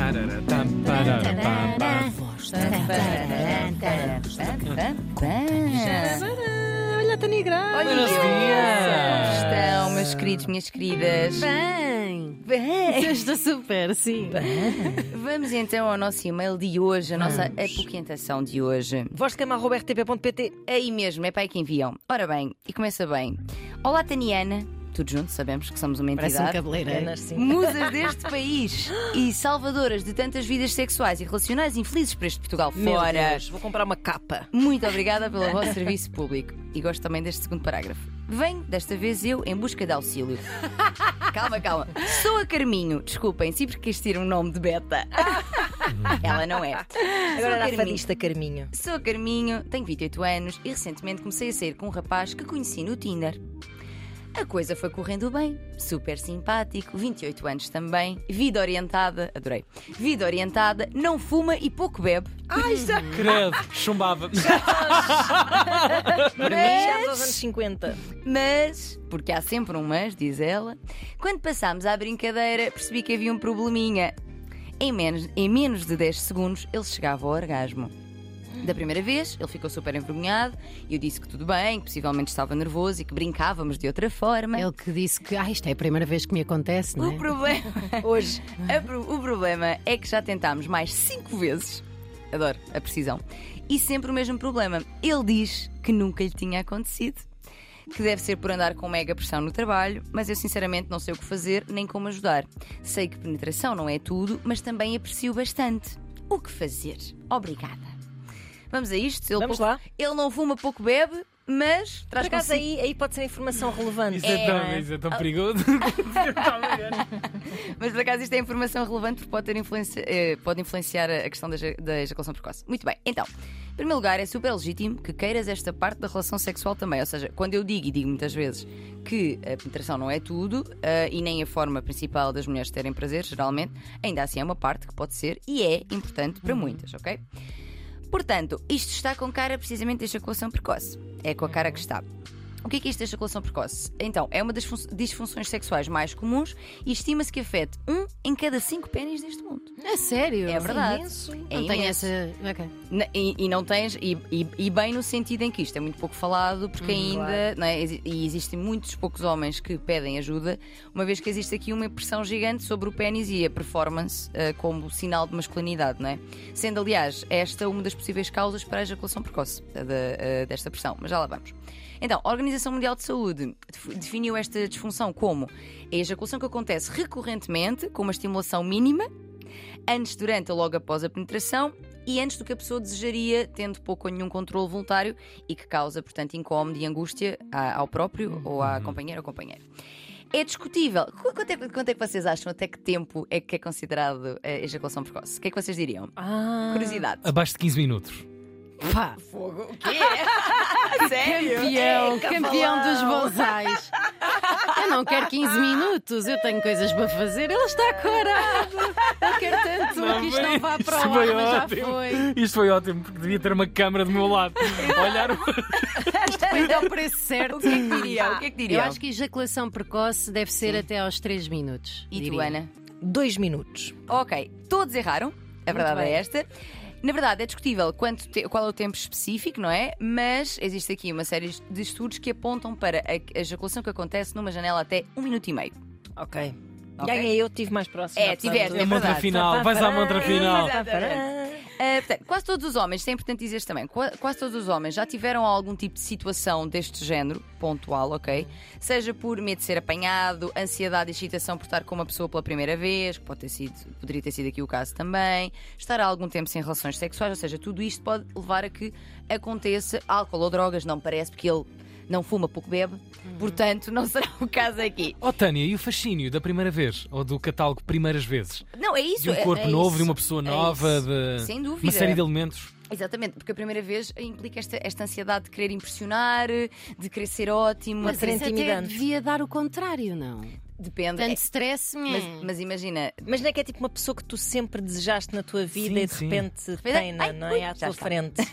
Olha, Tânia Graça. Olha, Buenos dias. estão, meus queridos, minhas queridas? Bem, estou super, sim. Vamos então ao nosso e-mail de hoje, a nossa apoquentação de hoje. Vozcama@rtp.pt. Aí mesmo, é para aí que enviam. Ora bem, e começa bem. Olá, Taniana. Tudo junto, sabemos que somos uma Parece um entidade. cabeleireiro. Musas deste país e salvadoras de tantas vidas sexuais e relacionais infelizes para este Portugal Meu fora. Deus, vou comprar uma capa. Muito obrigada pelo vosso serviço público. E gosto também deste segundo parágrafo. Venho, desta vez eu, em busca de auxílio. Calma. Sou a Carminho. Desculpem, sempre quis ter um nome de beta. Ela não é. Agora era a fadista Carminho. Sou a Carminho, tenho 28 anos e recentemente comecei a sair com um rapaz que conheci no Tinder. A coisa foi correndo bem, super simpático, 28 anos também, vida orientada, adorei. Vida orientada, não fuma e pouco bebe. Ai, já. Credo, chumbava. Para mim, chegamos aos anos 50. Mas, porque há sempre um mas, diz ela, quando passámos à brincadeira percebi que havia um probleminha. Em menos de 10 segundos ele chegava ao orgasmo. Da primeira vez, ele ficou super envergonhado e eu disse que tudo bem, que possivelmente estava nervoso e que brincávamos de outra forma. Ele que disse que isto é a primeira vez que me acontece, não é? O problema Hoje. o problema é que já tentámos mais 5 vezes. Adoro a precisão. E sempre o mesmo problema. Ele diz que nunca lhe tinha acontecido. Que deve ser por andar com mega pressão no trabalho, mas eu sinceramente não sei o que fazer nem como ajudar. Sei que penetração não é tudo, mas também aprecio bastante. O que fazer? Obrigada. Vamos a isto. Vamos lá. Ele não fuma, pouco bebe, mas Por traz acaso consigo... aí pode ser informação relevante. Isso é tão perigoso. Mas por acaso isto é informação relevante porque pode influenciar a questão da ejaculação precoce. Muito bem, então, em primeiro lugar, é super legítimo que queiras esta parte da relação sexual também. Ou seja, quando eu digo, e digo muitas vezes, que a penetração não é tudo e nem a forma principal das mulheres terem prazer, geralmente, ainda assim é uma parte que pode ser e é importante para muitas, ok? Portanto, isto está com cara precisamente de ejaculação precoce. É com a cara que está. O que é isto de ejaculação precoce? Então, é uma das disfunções sexuais mais comuns e estima-se que afete 1 em cada 5 pénis deste mundo. É sério? É verdade. Imenso. É Não tenho imenso. essa. Ok. E não tens, e bem no sentido em que isto é muito pouco falado, porque ainda claro. não é? E existem muitos poucos homens que pedem ajuda, uma vez que existe aqui uma pressão gigante sobre o pénis e a performance como sinal de masculinidade, não é? Sendo, aliás, esta uma das possíveis causas para a ejaculação precoce desta pressão, mas já lá vamos. Então, a Organização Mundial de Saúde definiu esta disfunção como a ejaculação que acontece recorrentemente, com uma estimulação mínima, antes, durante ou logo após a penetração e antes do que a pessoa desejaria, tendo pouco ou nenhum controle voluntário e que causa, portanto, incómodo e angústia ao próprio ou à companheira ou companheiro. É discutível. Quanto é que vocês acham? Até que tempo é que é considerado a ejaculação precoce? O que é que vocês diriam? Curiosidade. Abaixo de 15 minutos. Pá, Fogo. O quê? Sério? campeão dos bonsais. Eu não quero 15 minutos, eu tenho coisas para fazer. Ele está corado. Eu quero tanto que isto não vá para o ar, mas já foi. Isto foi ótimo, porque devia ter uma câmara do meu lado. Olhar. Depende ao preço certo. O que é que diriam? O que é que diriam? Eu acho que ejaculação precoce deve ser até aos 3 minutos. E tu, diria. Ana? 2 minutos. Ok, todos erraram. A verdade bem. é esta. Na verdade, é discutível qual é o tempo específico, não é? Mas existe aqui uma série de estudos que apontam para a ejaculação que acontece numa janela até 1 minuto e meio. Ok. Ok. Ganhei eu, estive mais próximo. É, tiveste, A montra verdade. final. Vais à montra final. Portanto, quase todos os homens, isto é importante dizer também, quase todos os homens já tiveram algum tipo de situação deste género, pontual, ok? Seja por medo de ser apanhado, ansiedade e excitação por estar com uma pessoa pela primeira vez, que poderia ter sido aqui o caso também, estar há algum tempo sem relações sexuais, ou seja, tudo isto pode levar a que aconteça álcool ou drogas, não me parece, porque ele não fuma, pouco bebe, portanto não será o caso aqui. Oh, Tânia, e o fascínio da primeira vez? Ou do catálogo primeiras vezes? Não, é isso. De um corpo é novo, isso. de uma pessoa É nova, isso. de Sem dúvida. uma série de elementos. Exatamente, porque a primeira vez implica esta ansiedade de querer impressionar, de querer ser ótimo. Mas ser isso até intimidante. devia dar o contrário, não? Depende. Tanto stress, Mas imagina, Mas não é que é tipo uma pessoa que tu sempre desejaste na tua vida Sim, e de sim. repente Ai, treina, não é? À já tua está. frente.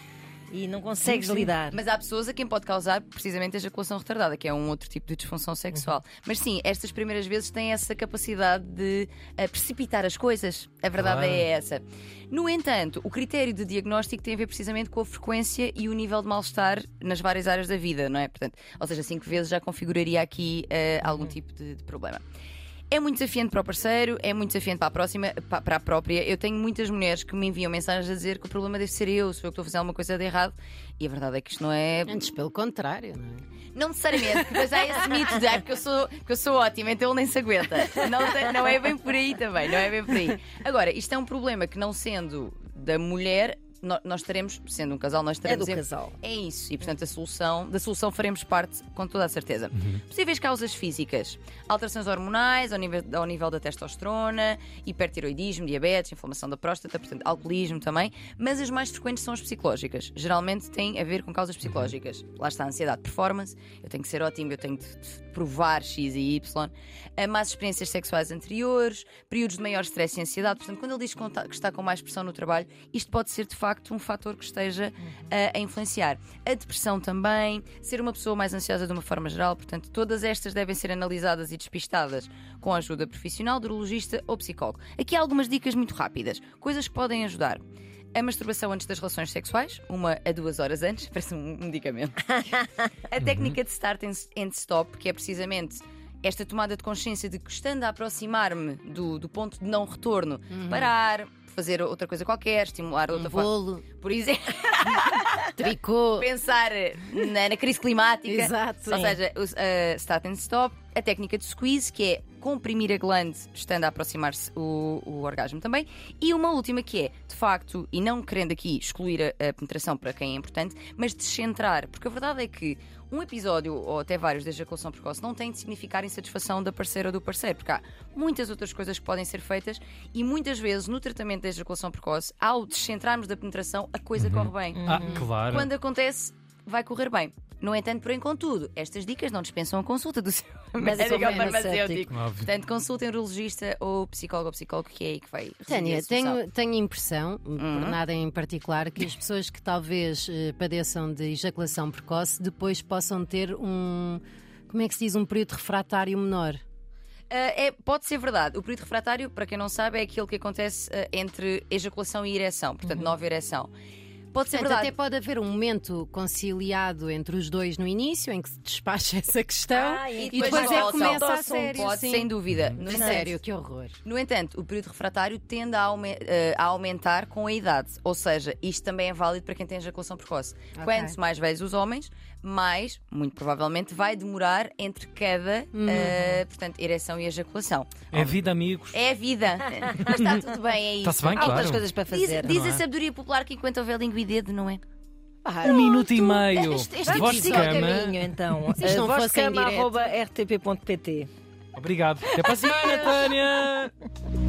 E não consegues Sim, sim. lidar. Mas há pessoas a quem pode causar precisamente a ejaculação retardada, que é um outro tipo de disfunção sexual. Mas sim, estas primeiras vezes têm essa capacidade de precipitar as coisas. A verdade Claro. é essa. No entanto, o critério de diagnóstico tem a ver precisamente com a frequência e o nível de mal-estar nas várias áreas da vida, não é? Portanto, ou seja, 5 vezes já configuraria aqui algum tipo de problema. É muito desafiante para o parceiro, é muito desafiante para a próxima, para a própria. Eu tenho muitas mulheres que me enviam mensagens a dizer que o problema deve ser eu, sou eu que estou a fazer alguma coisa de errado. E a verdade é que isto não é. Antes, pelo contrário, não é? Não necessariamente, porque depois há esse mito de porque eu sou ótima, então ele nem se aguenta. Não é bem por aí também, não é bem por aí. Agora, isto é um problema que, não sendo da mulher, nós estaremos, sendo um casal, nós É do estaremos. casal. É isso, e portanto da solução faremos parte com toda a certeza. Possíveis causas físicas: alterações hormonais ao nível da testosterona, hipertiroidismo, diabetes, inflamação da próstata, portanto alcoolismo também, mas as mais frequentes são as psicológicas. Geralmente têm a ver com causas psicológicas. Lá está a ansiedade de performance, eu tenho que ser ótimo, eu tenho de provar X e Y, más experiências sexuais anteriores, períodos de maior stress e ansiedade. Portanto, quando ele diz que está com mais pressão no trabalho, isto pode ser de facto um fator que esteja a influenciar. A depressão também, ser uma pessoa mais ansiosa de uma forma geral. Portanto, todas estas devem ser analisadas e despistadas com a ajuda profissional, de urologista ou psicólogo. Aqui há algumas dicas muito rápidas, coisas que podem ajudar. A masturbação antes das relações sexuais, 1 a 2 horas antes, parece um medicamento. A técnica de start and stop, que é precisamente esta tomada de consciência de que, estando a aproximar-me do ponto de não retorno, parar, fazer outra coisa qualquer, estimular outra forma. Bolo, Por exemplo, tricô. pensar na crise climática. Exato. Ou Sim. seja, o start and stop. A técnica de squeeze, que é comprimir a glande estando a aproximar-se o orgasmo também. E uma última que é, de facto, e não querendo aqui excluir a penetração para quem é importante, mas descentrar. Porque a verdade é que um episódio, ou até vários, de ejaculação precoce não tem de significar insatisfação da parceira ou do parceiro, porque há muitas outras coisas que podem ser feitas e muitas vezes no tratamento da ejaculação precoce, ao descentrarmos da penetração, a coisa corre bem. Claro. Quando acontece, vai correr bem. No entanto, porém, contudo, estas dicas não dispensam a consulta do seu médico ou farmacêutico. Óbvio. Portanto, consultem um urologista ou psicólogo que é aí que vai resolver Tânia, a solução. tenho impressão, por nada em particular, que as pessoas que talvez padeçam de ejaculação precoce depois possam ter como é que se diz, um período refratário menor. Pode ser verdade. O período refratário, para quem não sabe, é aquilo que acontece entre ejaculação e ereção, portanto, nova ereção. Pode ser Portanto, verdade. até pode haver um momento conciliado entre os dois no início, em que se despacha essa questão, E e depois é que volta. começa a sério. Pode, sim. sem dúvida. A sério, que horror. No entanto, o período refratário tende a aumentar com a idade. Ou seja, isto também é válido para quem tem ejaculação precoce. Ok. Quanto mais velhos os homens, mais, muito provavelmente, vai demorar entre cada portanto, ereção e ejaculação. É vida, amigos. É a vida. Mas está tudo bem, é isso. Está-se bem, Há outras claro. coisas para fazer. Diz não a é? sabedoria popular que enquanto houver língua e dedo, não é? Um minuto e meio. Este Voz de Siga o cama. caminho, então. Se isto não fosse em direto. Vozcama@rtp.pt. Obrigado. Até para a semana, Tânia.